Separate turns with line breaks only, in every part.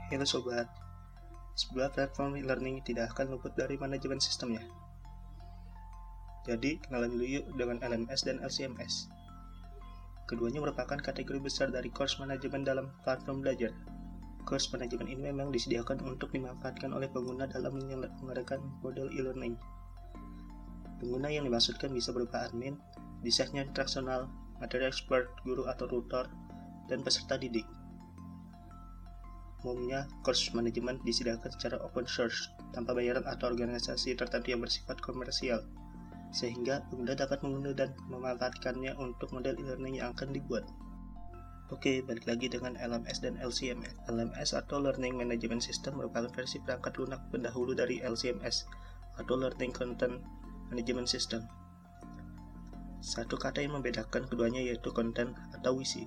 Halo sobat, sebuah platform e-learning tidak akan luput dari manajemen sistemnya. Jadi, kenalan dulu yuk dengan LMS dan LCMS. Keduanya merupakan kategori besar dari course manajemen dalam platform belajar. Course manajemen ini memang disediakan untuk dimanfaatkan oleh pengguna dalam menyelenggarakan model e-learning. Pengguna yang dimaksudkan bisa berupa admin, desainer instruksional, materi expert, guru atau tutor, dan peserta didik. Umumnya, course manajemen disediakan secara open source, tanpa bayaran atau organisasi tertentu yang bersifat komersial, sehingga pengguna dapat mengunduh dan memanfaatkannya untuk model e-learning yang akan dibuat. Oke, balik lagi dengan LMS dan LCMS. LMS atau Learning Management System merupakan versi perangkat lunak pendahulu dari LCMS atau Learning Content Management System. Satu kata yang membedakan keduanya yaitu konten atau WISI.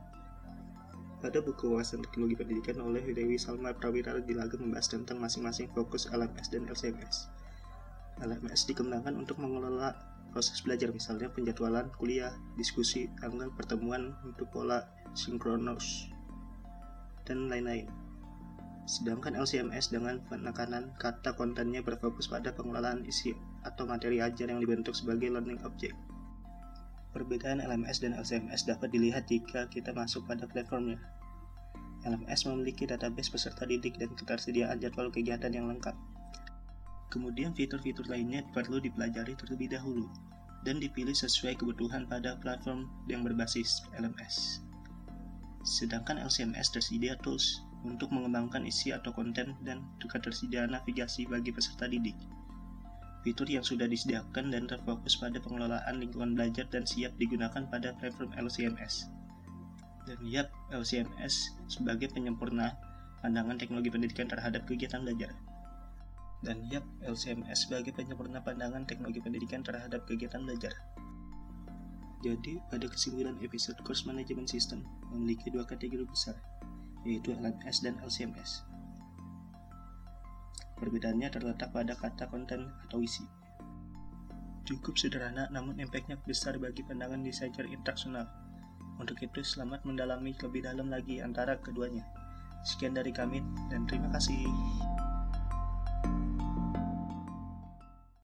Pada buku Wawasan Teknologi Pendidikan oleh Dewi Salma Prawira Dilaga membahas tentang masing-masing fokus LMS dan LCMS. LMS dikembangkan untuk mengelola proses belajar, misalnya penjadwalan kuliah, diskusi, tanggal pertemuan untuk pola sinkronus, dan lain-lain. Sedangkan LCMS dengan penekanan kata kontennya berfokus pada pengelolaan isi atau materi ajar yang dibentuk sebagai learning object. Perbedaan LMS dan LCMS dapat dilihat jika kita masuk pada platformnya. LMS memiliki database peserta didik dan ketersediaan jadwal kegiatan yang lengkap. Kemudian fitur-fitur lainnya perlu dipelajari terlebih dahulu dan dipilih sesuai kebutuhan pada platform yang berbasis LMS. Sedangkan LCMS tersedia tools untuk mengembangkan isi atau konten dan ketersediaan navigasi bagi peserta didik. Fitur yang sudah disediakan dan terfokus pada pengelolaan lingkungan belajar dan siap digunakan pada platform LCMS. Dan LCMS sebagai penyempurna pandangan teknologi pendidikan terhadap kegiatan belajar. LCMS sebagai penyempurna pandangan teknologi pendidikan terhadap kegiatan belajar. Jadi, pada kesimpulan episode Course Management System memiliki dua kategori besar, yaitu LMS dan LCMS. Perbedaannya terletak pada kata konten atau isi. Cukup sederhana, namun impact-nya besar bagi pandangan desainer instruksional. Untuk itu, selamat mendalami lebih dalam lagi antara keduanya. Sekian dari kami, dan terima kasih.